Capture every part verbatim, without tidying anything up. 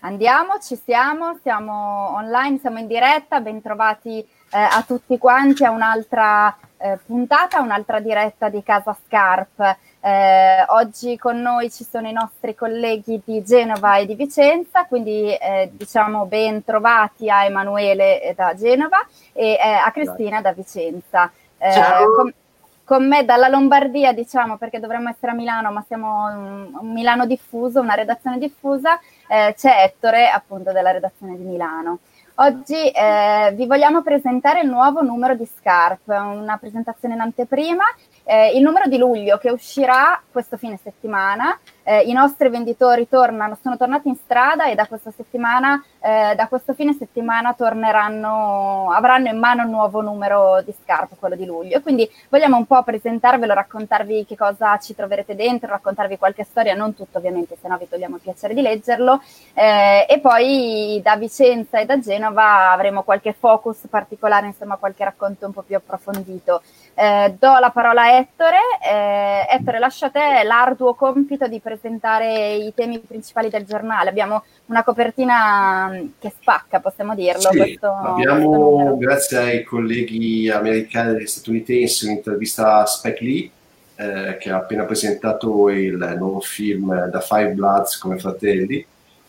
Andiamo, ci siamo, siamo online, siamo in diretta, bentrovati eh, a tutti quanti a un'altra eh, puntata, un'altra diretta di Casa Scarp. Eh, oggi con noi ci sono i nostri colleghi di Genova e di Vicenza, quindi eh, diciamo ben trovati a Emanuele da Genova e eh, a Cristina da Vicenza. Eh, com- con me dalla Lombardia, diciamo, perché dovremmo essere a Milano, ma siamo un, un Milano diffuso, una redazione diffusa, eh, c'è Ettore, appunto, della redazione di Milano. Oggi eh, vi vogliamo presentare il nuovo numero di Scarp, una presentazione in anteprima, eh, il numero di luglio che uscirà questo fine settimana. Eh, I nostri venditori tornano, sono tornati in strada e da questa settimana, eh, da questo fine settimana torneranno, avranno in mano il nuovo numero di Scarp, quello di luglio. E quindi vogliamo un po' presentarvelo, raccontarvi che cosa ci troverete dentro, raccontarvi qualche storia, non tutto ovviamente, se no vi togliamo il piacere di leggerlo. Eh, e poi da Vicenza e da Genova avremo qualche focus particolare, insomma qualche racconto un po' più approfondito. Eh, do la parola a Ettore. Eh, Ettore, lascio a te l'arduo compito di presentare i temi principali del giornale. Abbiamo una copertina che spacca, possiamo dirlo. Sì, questo, abbiamo, questo grazie ai colleghi americani e statunitensi, un'intervista a Spike Lee, eh, che ha appena presentato il nuovo film The Five Bloods come fratelli,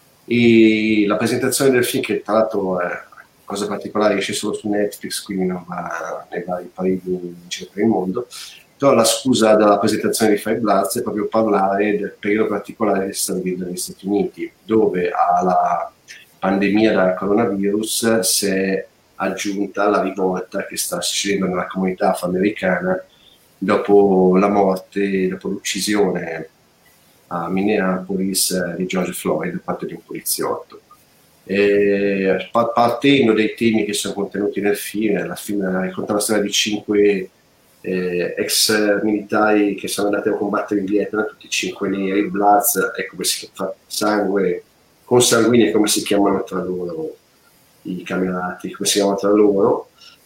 e la presentazione del film, che tra l'altro è cosa particolare, esce solo su Netflix, quindi non va nei vari paesi in giro per il mondo. Però la scusa della presentazione di Five Bloods è proprio parlare del periodo particolare che si sta vivendo negli Stati Uniti, dove alla pandemia da coronavirus si è aggiunta la rivolta che sta succedendo nella comunità afroamericana dopo la morte, dopo l'uccisione a Minneapolis di George Floyd da parte di un poliziotto. E partendo dai temi che sono contenuti nel film, alla fine racconta la storia di cinque eh, ex militari che sono andati a combattere in Vietnam, tutti cinque neri, Bloods, è come si fa, sangue consanguinei, come si chiamano tra loro i camerati, come si chiamano tra loro,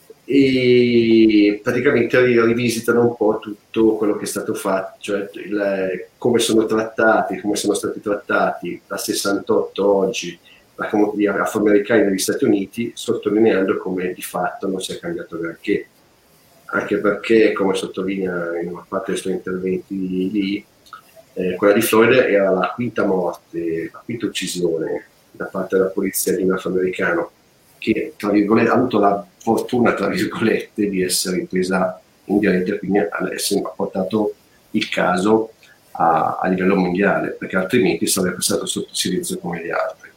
e praticamente rivisitano un po' tutto quello che è stato fatto, cioè il, come sono trattati, come sono stati trattati da sessantotto oggi la comunità afroamericani negli Stati Uniti, sottolineando come di fatto non si è cambiato granché, anche perché, come sottolinea in una parte dei suoi interventi lì, eh, quella di Floyd era la quinta morte, la quinta uccisione da parte della polizia di un afroamericano che, tra virgolette, ha avuto la fortuna, tra virgolette, di essere presa in diretta e quindi ha portato il caso a, a livello mondiale, perché altrimenti sarebbe stato sotto silenzio come gli altri.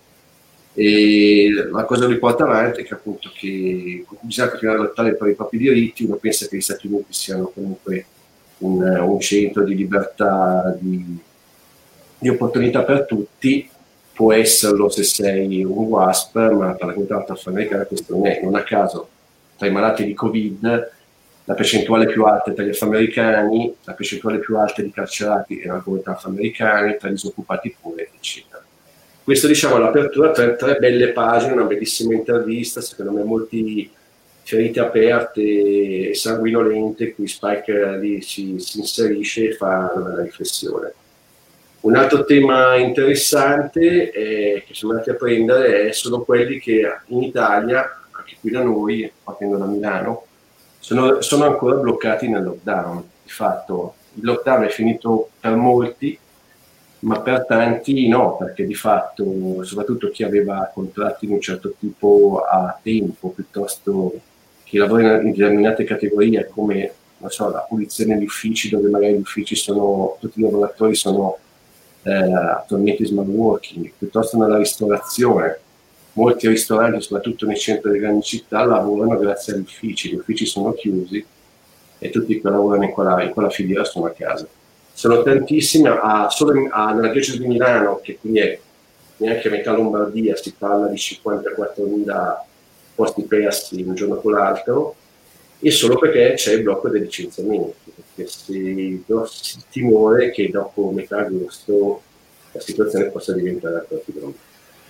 E la cosa che riporta avanti è che appunto che bisogna continuare a lottare per i propri diritti. Uno pensa che gli Stati Uniti siano comunque un, un centro di libertà, di, di opportunità per tutti. Può esserlo se sei un WASP, ma per la comunità afroamericana questo non è. Non a caso tra i malati di Covid la percentuale più alta è tra gli afroamericani, la percentuale più alta di carcerati è nella comunità afroamericana, tra i disoccupati pure, eccetera. Questo, diciamo, è l'apertura, tre, tre belle pagine, una bellissima intervista, secondo me molti ferite aperte e sanguinolente, in cui Spike lì si, si inserisce e fa una bella riflessione. Un altro tema interessante eh, che siamo andati a prendere sono quelli che in Italia, anche qui da noi, partendo da Milano, sono, sono ancora bloccati nel lockdown. Di fatto il lockdown è finito per molti, ma per tanti no, perché di fatto soprattutto chi aveva contratti di un certo tipo a tempo, piuttosto chi lavora in determinate categorie come, non so, la pulizia negli uffici, dove magari gli uffici sono, tutti i lavoratori sono eh, attualmente smart working, piuttosto nella ristorazione. Molti ristoranti, soprattutto nei centri delle grandi città, lavorano grazie agli uffici, gli uffici sono chiusi e tutti che lavorano in quella, in quella filiera sono a casa. Sono tantissime, a, solo in, a, nella diocesi di Milano, che quindi è neanche a metà Lombardia, si parla di cinquantaquattromila posti persi un giorno con l'altro, e solo perché c'è il blocco dei licenziamenti, perché si, si timore che dopo metà agosto la situazione possa diventare ancora più grande.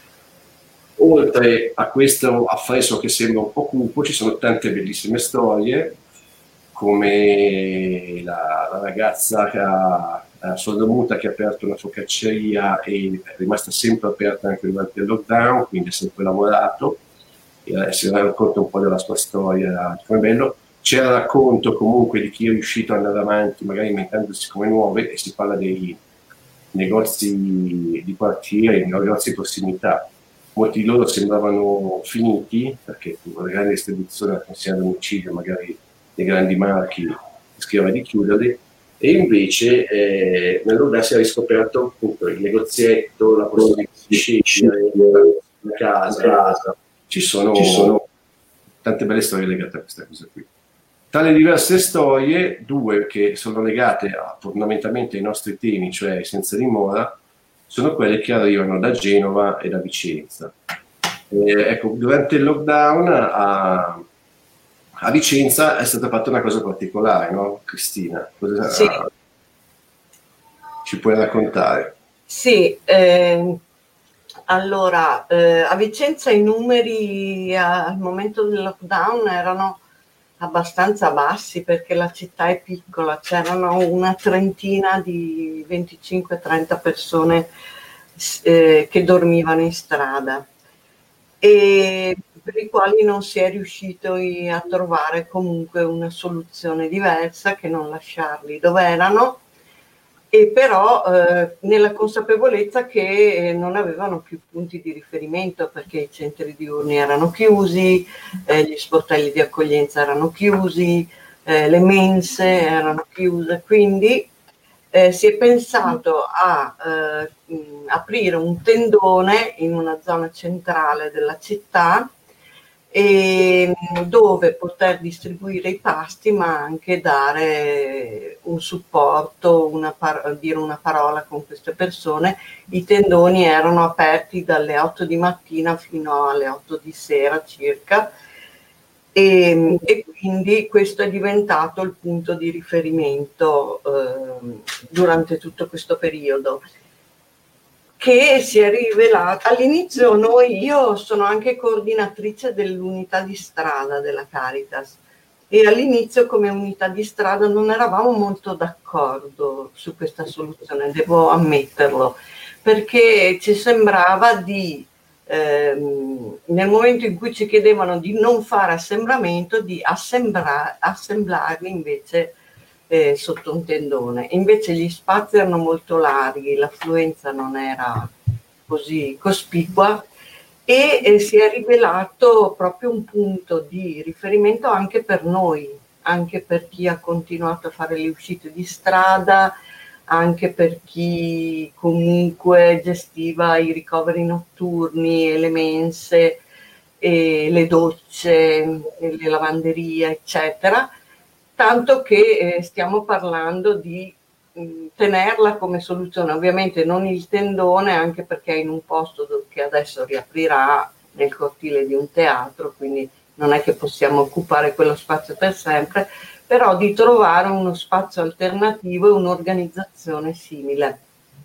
Oltre a questo affresco che sembra un po' cupo, ci sono tante bellissime storie, come la, la ragazza che ha, eh, Sordomuta che ha aperto una focacceria e è rimasta sempre aperta anche durante il lockdown, quindi ha sempre lavorato, e si racconta un po' della sua storia, come bello. C'è il racconto comunque di chi è riuscito ad andare avanti, magari inventandosi come nuove, e si parla dei negozi di quartiere, negozi di prossimità. Molti di loro sembravano finiti, perché con la grande distribuzione, la consegna a domicilio, magari dei grandi marchi, rischiava di chiuderli, e invece eh, nel lockdown si è riscoperto appunto il negozietto, la possibilità di scegliere la casa, casa. Ci, sono, ci sono tante belle storie legate a questa cosa qui. Tra le diverse storie, due che sono legate a, fondamentalmente ai nostri temi, cioè senza dimora, sono quelle che arrivano da Genova e da Vicenza. Eh, ecco, durante il lockdown a, a Vicenza è stata fatta una cosa particolare, no, Cristina? Cosa sì. ci puoi raccontare? Sì, eh, allora, eh, a Vicenza i numeri al momento del lockdown erano abbastanza bassi perché la città è piccola, c'erano una trentina di venticinque trenta persone eh, che dormivano in strada e per i quali non si è riuscito a trovare comunque una soluzione diversa che non lasciarli dove erano, e però eh, nella consapevolezza che non avevano più punti di riferimento perché i centri diurni erano chiusi, eh, gli sportelli di accoglienza erano chiusi, eh, le mense erano chiuse, quindi eh, si è pensato a eh, mh, aprire un tendone in una zona centrale della città, e dove poter distribuire i pasti ma anche dare un supporto, una par- dire una parola con queste persone. I tendoni erano aperti dalle otto di mattina fino alle otto di sera circa, e, e quindi questo è diventato il punto di riferimento eh, durante tutto questo periodo, che si è rivelata all'inizio. Noi, io sono anche coordinatrice dell'unità di strada della Caritas, e all'inizio come unità di strada non eravamo molto d'accordo su questa soluzione, devo ammetterlo, perché ci sembrava di ehm, nel momento in cui ci chiedevano di non fare assembramento, di assembra- assemblarli invece Eh, sotto un tendone. Invece gli spazi erano molto larghi, l'affluenza non era così cospicua, e eh, si è rivelato proprio un punto di riferimento anche per noi, anche per chi ha continuato a fare le uscite di strada, anche per chi comunque gestiva i ricoveri notturni e le mense e le docce, e le lavanderie, eccetera. Tanto che eh, stiamo parlando di mh, tenerla come soluzione, ovviamente non il tendone, anche perché è in un posto che adesso riaprirà nel cortile di un teatro, quindi non è che possiamo occupare quello spazio per sempre, però di trovare uno spazio alternativo e un'organizzazione simile.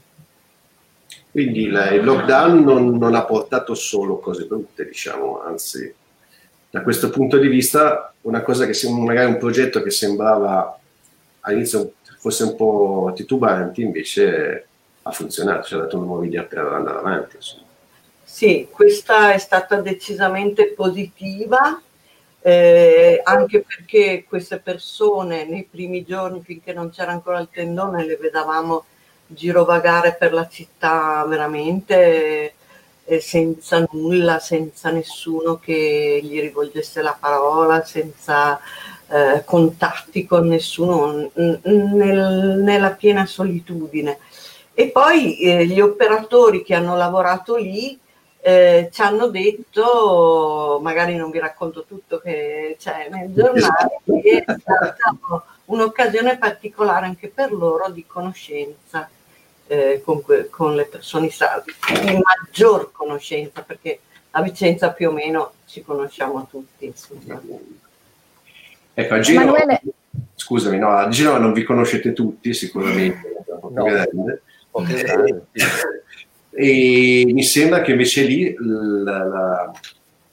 Quindi il, il lockdown non, non ha portato solo cose brutte, diciamo, anzi, da questo punto di vista, una cosa che sembra, magari un progetto che sembrava all'inizio fosse un po' titubante, invece ha funzionato, ci ha dato una nuova idea per andare avanti. Insomma. Sì, questa è stata decisamente positiva, eh, anche perché queste persone nei primi giorni, finché non c'era ancora il tendone, le vedavamo girovagare per la città veramente eh, senza nulla, senza nessuno che gli rivolgesse la parola, senza eh, contatti con nessuno, n- nel, nella piena solitudine. E poi eh, gli operatori che hanno lavorato lì eh, ci hanno detto, magari non vi racconto tutto che c'è nel giornale, che è stata un'occasione particolare anche per loro di conoscenza eh, con, que- con le persone salve, di maggior conoscenza, perché a Vicenza più o meno ci conosciamo tutti. Insomma. Ecco, a Genova, Emanuele... scusami, no, a Genova non vi conoscete tutti, sicuramente, è un po' più no, grande. Un po' più grande, sì. E mi sembra che invece lì la, la,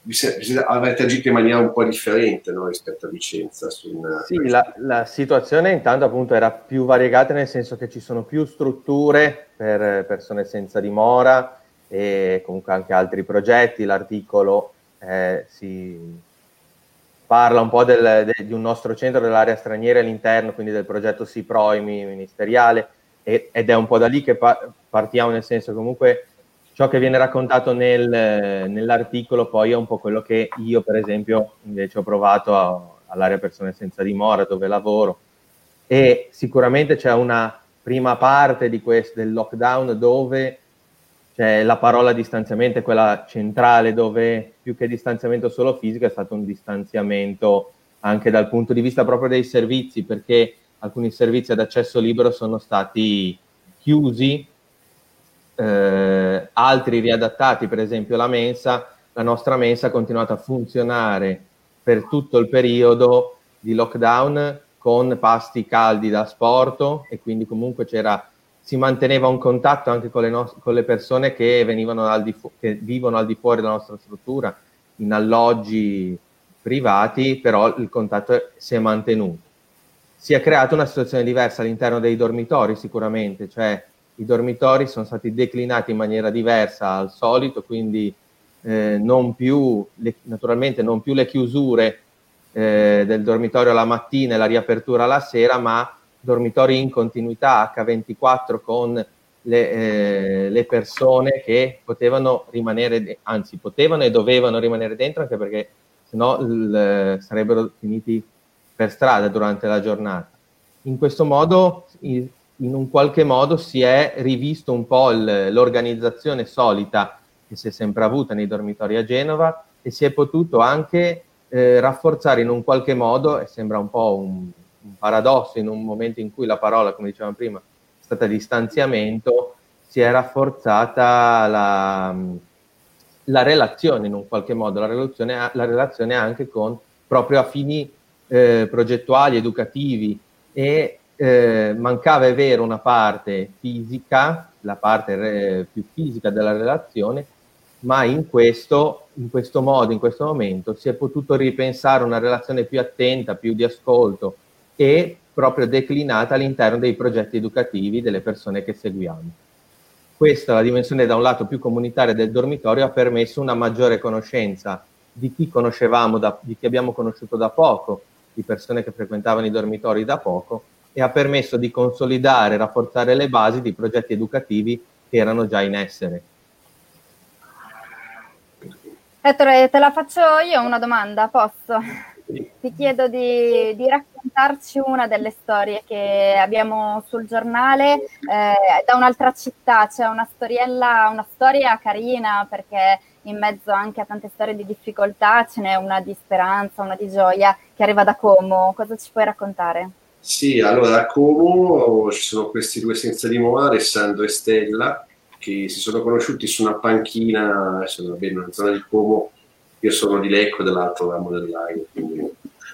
vi siete, avete agito in maniera un po' differente, no, rispetto a Vicenza. Su una... Sì, la, la situazione intanto appunto era più variegata, nel senso che ci sono più strutture per persone senza dimora e comunque anche altri progetti. L'articolo eh, si parla un po' del, de, di un nostro centro dell'area straniera all'interno, quindi del progetto SIPROIMI ministeriale, e, ed è un po' da lì che pa- partiamo, nel senso che comunque ciò che viene raccontato nel, nell'articolo poi è un po' quello che io, per esempio, invece ho provato a, all'area persone senza dimora, dove lavoro, e sicuramente c'è una prima parte di questo, del lockdown, dove c'è la parola distanziamento, è quella centrale, dove più che distanziamento solo fisico è stato un distanziamento anche dal punto di vista proprio dei servizi, perché alcuni servizi ad accesso libero sono stati chiusi, Eh, altri riadattati, per esempio la mensa. La nostra mensa ha continuato a funzionare per tutto il periodo di lockdown con pasti caldi da asporto, e quindi comunque c'era, si manteneva un contatto anche con le, no- con le persone che venivano al di fu- che vivono al di fuori della nostra struttura, in alloggi privati, però il contatto si è mantenuto. Si è creata una situazione diversa all'interno dei dormitori sicuramente, cioè i dormitori sono stati declinati in maniera diversa al solito, quindi eh, non più le, naturalmente non più le chiusure eh, del dormitorio la mattina e la riapertura la sera, ma dormitori in continuità acca ventiquattro con le, eh, le persone che potevano rimanere, anzi potevano e dovevano rimanere dentro, anche perché sennò il, sarebbero finiti per strada durante la giornata. In questo modo, il, in un qualche modo si è rivisto un po' il, l'organizzazione solita che si è sempre avuta nei dormitori a Genova, e si è potuto anche eh, rafforzare in un qualche modo, e sembra un po' un, un paradosso in un momento in cui la parola, come dicevamo prima, è stata distanziamento, si è rafforzata la, la relazione in un qualche modo, la relazione, la relazione anche con proprio a fini eh, progettuali, educativi, e Eh, mancava, è vero, una parte fisica, la parte re, più fisica della relazione, ma in questo, in questo modo, in questo momento, si è potuto ripensare una relazione più attenta, più di ascolto, e proprio declinata all'interno dei progetti educativi delle persone che seguiamo. Questa, la dimensione da un lato più comunitaria del dormitorio, ha permesso una maggiore conoscenza di chi conoscevamo, da, di chi abbiamo conosciuto da poco, di persone che frequentavano i dormitori da poco, e ha permesso di consolidare e rafforzare le basi di progetti educativi che erano già in essere. Ettore, te la faccio io una domanda, posso? Ti chiedo di, di raccontarci una delle storie che abbiamo sul giornale eh, da un'altra città. C'è una storiella, una storia carina, perché in mezzo anche a tante storie di difficoltà ce n'è una di speranza, una di gioia, che arriva da Como. Cosa ci puoi raccontare? Sì, allora a Como ci sono questi due senza dimora, Alessandro e Stella, che si sono conosciuti su una panchina, adesso va bene, nella zona di Como. Io sono di Lecco, dell'altro ramo del Lago, quindi...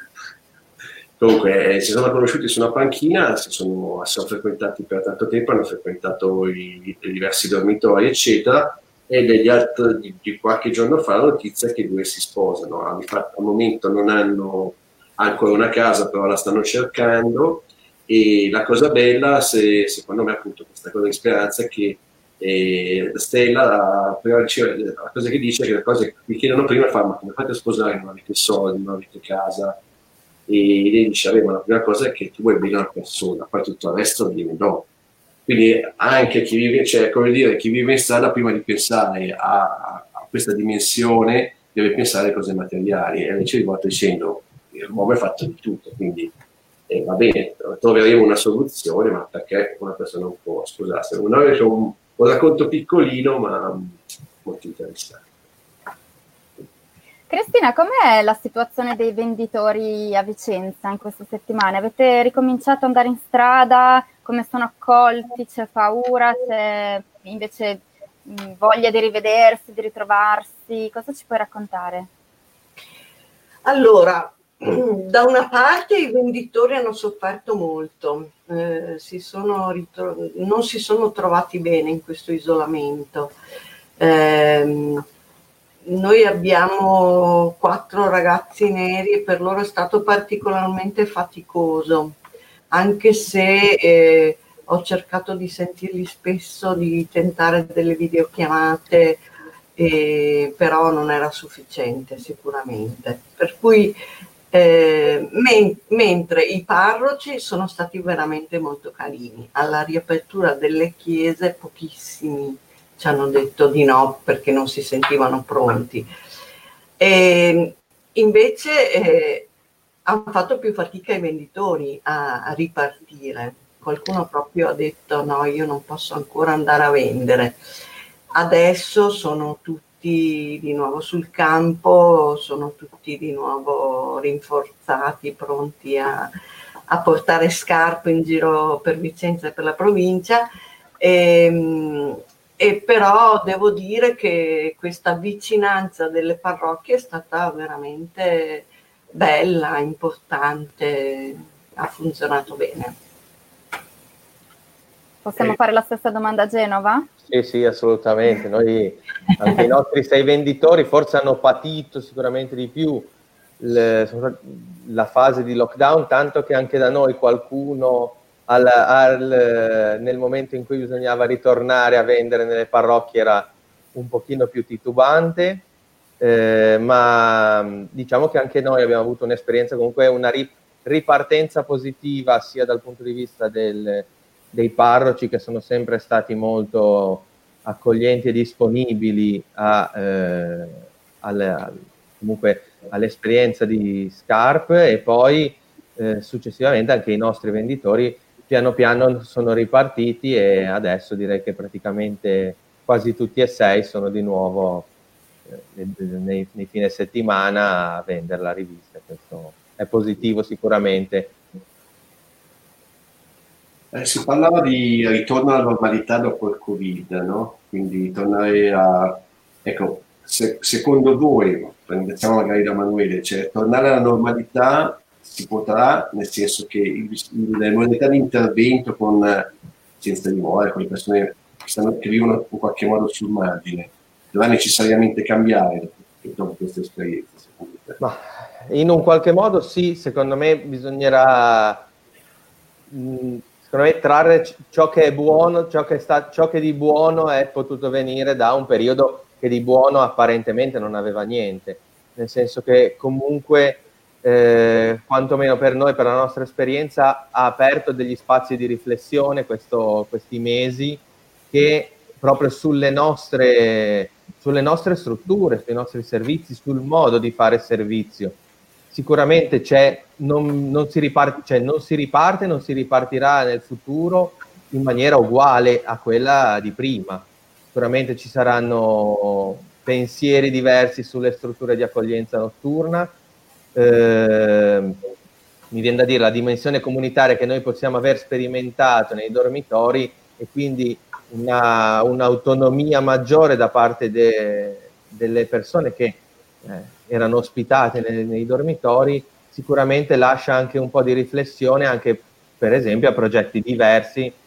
Comunque eh, si sono conosciuti su una panchina, si sono, si sono frequentati per tanto tempo, hanno frequentato i, i diversi dormitori, eccetera, e degli altri, di, di qualche giorno fa la notizia che i due si sposano. Al, al momento non hanno ancora una casa, però la stanno cercando, e la cosa bella, se, secondo me, appunto, questa cosa di speranza, è che eh, Stella, la, la cosa che dice è che le cose che mi chiedono prima fa: ma come fate a sposare? Non avete soldi, non avete casa? E lei dice: vabbè, ma la prima cosa è che tu vuoi bene una persona, poi tutto il resto viene dopo. Quindi anche chi vive, cioè, come dire, chi vive in strada, prima di pensare a, a questa dimensione, deve pensare a cose materiali, e invece vi sto dicendo: l'uomo è fatto di tutto, quindi eh, va bene, troveremo una soluzione, ma perché una persona non può sposarsi? Un, un, un racconto piccolino, ma molto interessante. Cristina, com'è la situazione dei venditori a Vicenza in queste settimane? Avete ricominciato ad andare in strada? Come sono accolti? C'è paura? C'è invece mh, voglia di rivedersi, di ritrovarsi? Cosa ci puoi raccontare? Allora, da una parte i venditori hanno sofferto molto, eh, si sono ritro- non si sono trovati bene in questo isolamento. Eh, noi abbiamo quattro ragazzi neri e per loro è stato particolarmente faticoso, anche se eh, ho cercato di sentirli spesso, di tentare delle videochiamate, eh, però non era sufficiente sicuramente. Per cui, eh, men- mentre i parroci sono stati veramente molto carini, alla riapertura delle chiese pochissimi ci hanno detto di no perché non si sentivano pronti. E invece eh, hanno fatto più fatica i venditori a, a ripartire. Qualcuno proprio ha detto no, io non posso ancora andare a vendere. Adesso sono tutti di nuovo sul campo, sono tutti di nuovo rinforzati, pronti a, a portare scarpe in giro per Vicenza e per la provincia. E, e però devo dire che questa vicinanza delle parrocchie è stata veramente bella, importante, ha funzionato bene. Possiamo fare la stessa domanda a Genova? Sì, sì, assolutamente. Noi, anche i nostri sei venditori, forse hanno patito sicuramente di più le, la fase di lockdown, tanto che anche da noi qualcuno al, al, nel momento in cui bisognava ritornare a vendere nelle parrocchie era un pochino più titubante, eh, ma diciamo che anche noi abbiamo avuto un'esperienza, comunque una ripartenza positiva sia dal punto di vista del dei parroci, che sono sempre stati molto accoglienti e disponibili a, eh, alle, comunque all'esperienza di Scarp, e poi eh, successivamente anche i nostri venditori piano piano sono ripartiti e adesso direi che praticamente quasi tutti e sei sono di nuovo eh, nei, nei fine settimana a vendere la rivista. Questo è positivo sicuramente. Eh, si parlava di ritorno alla normalità dopo il Covid, no? Quindi tornare a... Ecco, se, secondo voi, iniziamo magari da Manuele, cioè tornare alla normalità si potrà, nel senso che il, il, le modalità di intervento con senza dimora, con le persone che, stanno, che vivono in qualche modo sul margine, dovrà necessariamente cambiare dopo questa esperienza, secondo te? Ma in un qualche modo sì, secondo me bisognerà... Mh, secondo me trarre ciò che è buono, ciò che, sta, ciò che di buono è potuto venire da un periodo che di buono apparentemente non aveva niente, nel senso che comunque, eh, quantomeno per noi, per la nostra esperienza, ha aperto degli spazi di riflessione questo, questi mesi, che proprio sulle nostre, sulle nostre strutture, sui nostri servizi, sul modo di fare servizio. Sicuramente c'è, non, non, si riparte, cioè non si riparte, non si ripartirà nel futuro in maniera uguale a quella di prima. Sicuramente ci saranno pensieri diversi sulle strutture di accoglienza notturna. Eh, mi viene da dire la dimensione comunitaria che noi possiamo aver sperimentato nei dormitori, e quindi una, un'autonomia maggiore da parte de, delle persone che eh, erano ospitate nei, nei dormitori, sicuramente lascia anche un po' di riflessione anche per esempio a progetti diversi, eh,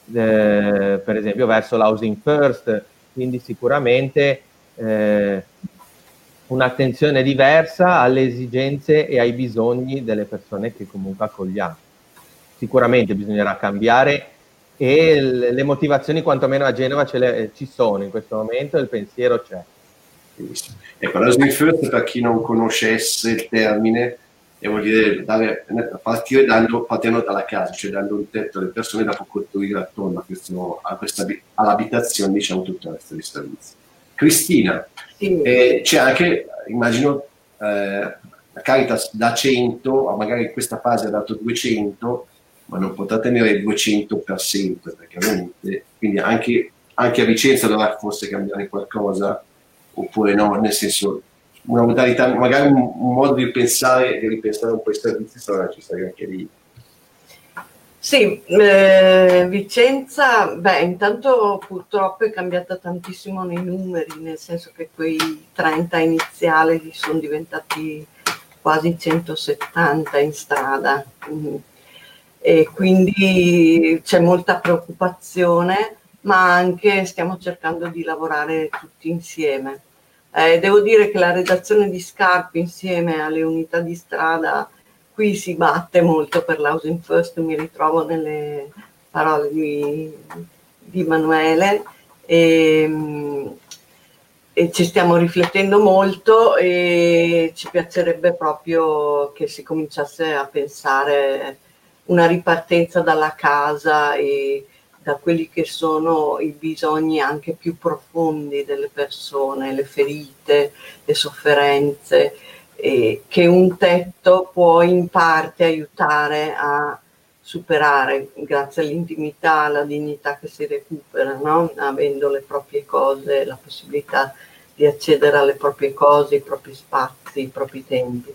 per esempio verso l'housing first, quindi sicuramente eh, un'attenzione diversa alle esigenze e ai bisogni delle persone che comunque accogliamo. Sicuramente bisognerà cambiare, e le motivazioni quantomeno a Genova ce le, ci sono in questo momento, il pensiero c'è. Ecco, l'housing first, per chi non conoscesse il termine, e vuol dire dare, partire dando, partendo dalla casa, cioè dando un tetto alle persone, dopo costruire attorno a questo, a questa, all'abitazione, diciamo, tutto il resto dei servizi. Cristina, sì. eh, c'è anche, immagino, eh, la Caritas da cento, magari in questa fase ha dato duecento, ma non potrà tenere duecento per sempre, perché ovviamente, quindi anche, anche a Vicenza dovrà forse cambiare qualcosa, oppure no, nel senso, una modalità, magari un, un modo di pensare, di ripensare un po' i servizi sarà necessario anche lì. Sì, eh, Vicenza, beh, intanto purtroppo è cambiata tantissimo nei numeri, nel senso che quei trenta iniziali sono diventati quasi centosettanta in strada, e quindi c'è molta preoccupazione, ma anche stiamo cercando di lavorare tutti insieme. Eh, devo dire che la redazione di Scarpe insieme alle unità di strada qui si batte molto per l'housing first, mi ritrovo nelle parole di, di Emanuele, e, e ci stiamo riflettendo molto e ci piacerebbe proprio che si cominciasse a pensare una ripartenza dalla casa e da quelli che sono i bisogni anche più profondi delle persone, le ferite, le sofferenze, e che un tetto può in parte aiutare a superare, grazie all'intimità, alla dignità che si recupera, no? Avendo le proprie cose, la possibilità di accedere alle proprie cose, i propri spazi, i propri tempi.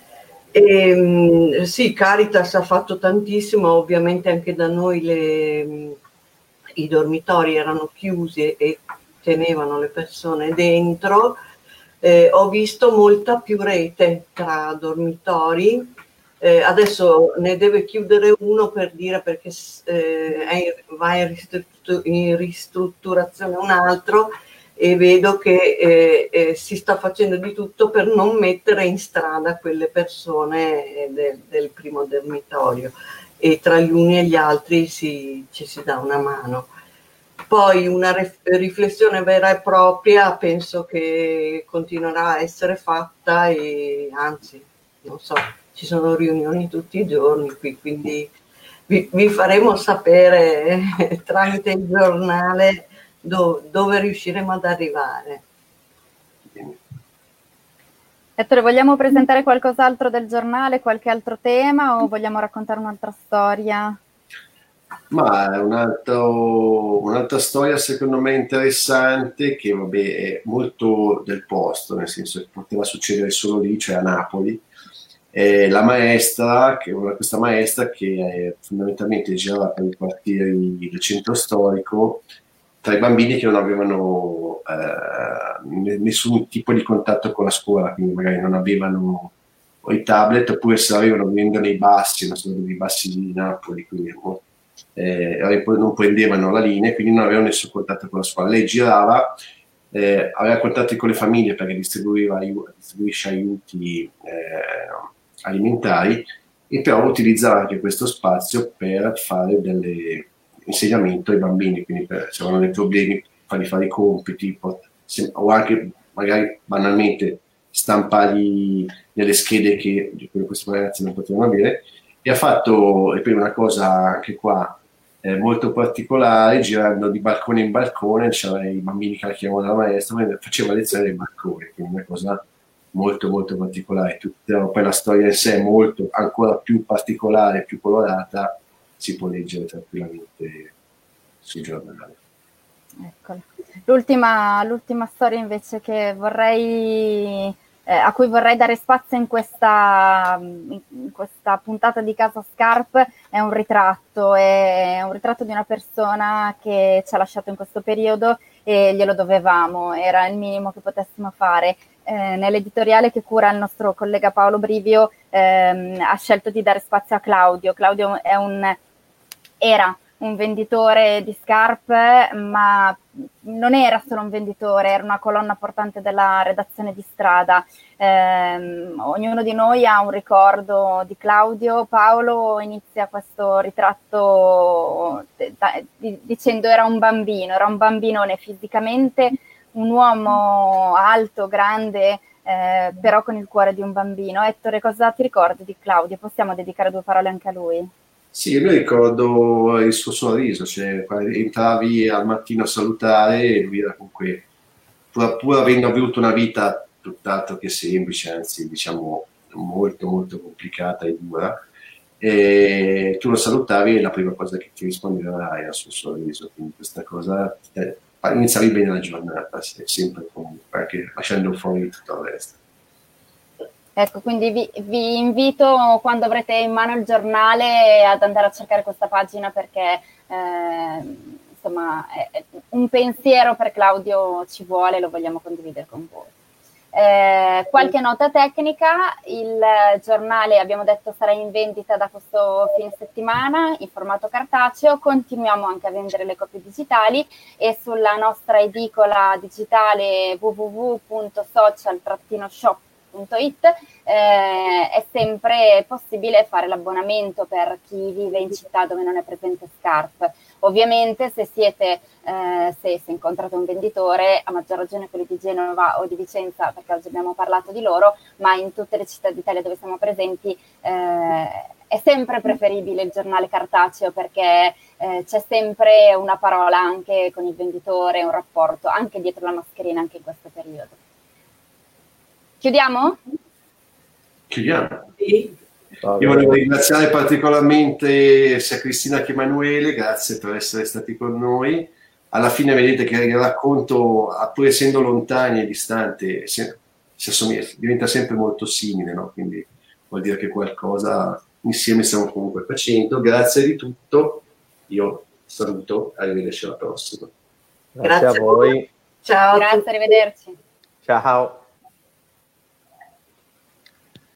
E, sì, Caritas ha fatto tantissimo, ovviamente anche da noi le, i dormitori erano chiusi e tenevano le persone dentro. Eh, ho visto molta più rete tra dormitori, eh, adesso ne deve chiudere uno per dire perché eh, è, va in, ristru- in ristrutturazione un altro, e vedo che eh, eh, si sta facendo di tutto per non mettere in strada quelle persone del, del primo dormitorio, e tra gli uni e gli altri si, ci si dà una mano. Poi una riflessione vera e propria penso che continuerà a essere fatta, e anzi, non so, ci sono riunioni tutti i giorni qui, quindi vi, vi faremo sapere tramite il giornale do, dove riusciremo ad arrivare. Ettore, vogliamo presentare qualcos'altro del giornale, qualche altro tema, o vogliamo raccontare un'altra storia? Ma è un altro, un'altra storia secondo me interessante, che vabbè è molto del posto, nel senso che poteva succedere solo lì, cioè a Napoli. Eh, la maestra, che questa maestra che eh, fondamentalmente girava per i quartieri del centro storico tra i bambini che non avevano eh, nessun tipo di contatto con la scuola, quindi magari non avevano o i tablet, oppure se l'avevano vivendo nei bassi, non so, nei bassi di Napoli, quindi eh, non prendevano la linea, quindi non avevano nessun contatto con la scuola. Lei girava, eh, aveva contatti con le famiglie perché distribuiva distribuisce aiuti eh, alimentari, e però utilizzava anche questo spazio per fare delle insegnamento ai bambini, quindi per, se avevano dei problemi, fargli fare i compiti, o anche magari banalmente stampargli delle schede che questi ragazzi non potevano avere. E ha fatto, e poi una cosa anche qua eh, molto particolare, girando di balcone in balcone, c'erano i bambini che la chiamavano la maestra, faceva lezione dai balconi, quindi una cosa molto molto particolare. Tutta, poi la storia in sé è molto, ancora più particolare, più colorata, si può leggere tranquillamente sui giornali. Eccola. L'ultima, l'ultima storia invece che vorrei, eh, a cui vorrei dare spazio in questa, in questa puntata di Casa Scarpe è un ritratto, è un ritratto di una persona che ci ha lasciato in questo periodo e glielo dovevamo, era il minimo che potessimo fare. Eh, nell'editoriale che cura il nostro collega Paolo Brivio ehm, ha scelto di dare spazio a Claudio. Claudio è un, era un venditore di scarpe, ma non era solo un venditore, era una colonna portante della redazione di strada. Eh, ognuno di noi ha un ricordo di Claudio. Paolo inizia questo ritratto da, di, dicendo era un bambino, era un bambinone fisicamente, un uomo alto, grande, eh, però con il cuore di un bambino. Ettore, cosa ti ricordi di Claudio? Possiamo dedicare due parole anche a lui? Sì, io mi ricordo il suo sorriso, cioè entravi al mattino a salutare e lui era comunque, pur, pur avendo avuto una vita tutt'altro che semplice, anzi diciamo molto molto complicata e dura, e tu lo salutavi e la prima cosa che ti rispondeva era il suo sorriso, quindi questa cosa eh, iniziavi bene la giornata, sempre comunque, anche lasciando fuori tutto il resto. Ecco, quindi vi, vi invito, quando avrete in mano il giornale, ad andare a cercare questa pagina, perché eh, insomma è, è un pensiero per Claudio ci vuole, lo vogliamo condividere con voi. Eh, qualche nota tecnica: il giornale, abbiamo detto, sarà in vendita da questo fine settimana in formato cartaceo, continuiamo anche a vendere le copie digitali e sulla nostra edicola digitale w w w punto social shop punto it eh, è sempre possibile fare l'abbonamento per chi vive in città dove non è presente Scarp. Ovviamente se siete eh, se, se incontrate un venditore, a maggior ragione quelli di Genova o di Vicenza, perché oggi abbiamo parlato di loro, ma in tutte le città d'Italia dove siamo presenti eh, è sempre preferibile il giornale cartaceo, perché eh, c'è sempre una parola anche con il venditore, un rapporto anche dietro la mascherina anche in questo periodo. Chiudiamo? Chiudiamo. Sì. Io volevo ringraziare particolarmente sia Cristina che Emanuele, grazie per essere stati con noi. Alla fine vedete che il racconto, pur essendo lontani e distanti, si, si assomiglia, diventa sempre molto simile, no? Quindi vuol dire che qualcosa insieme stiamo comunque facendo. Grazie di tutto, io saluto, arrivederci alla prossima. Grazie, grazie a voi. Ciao. Grazie, arrivederci. Ciao.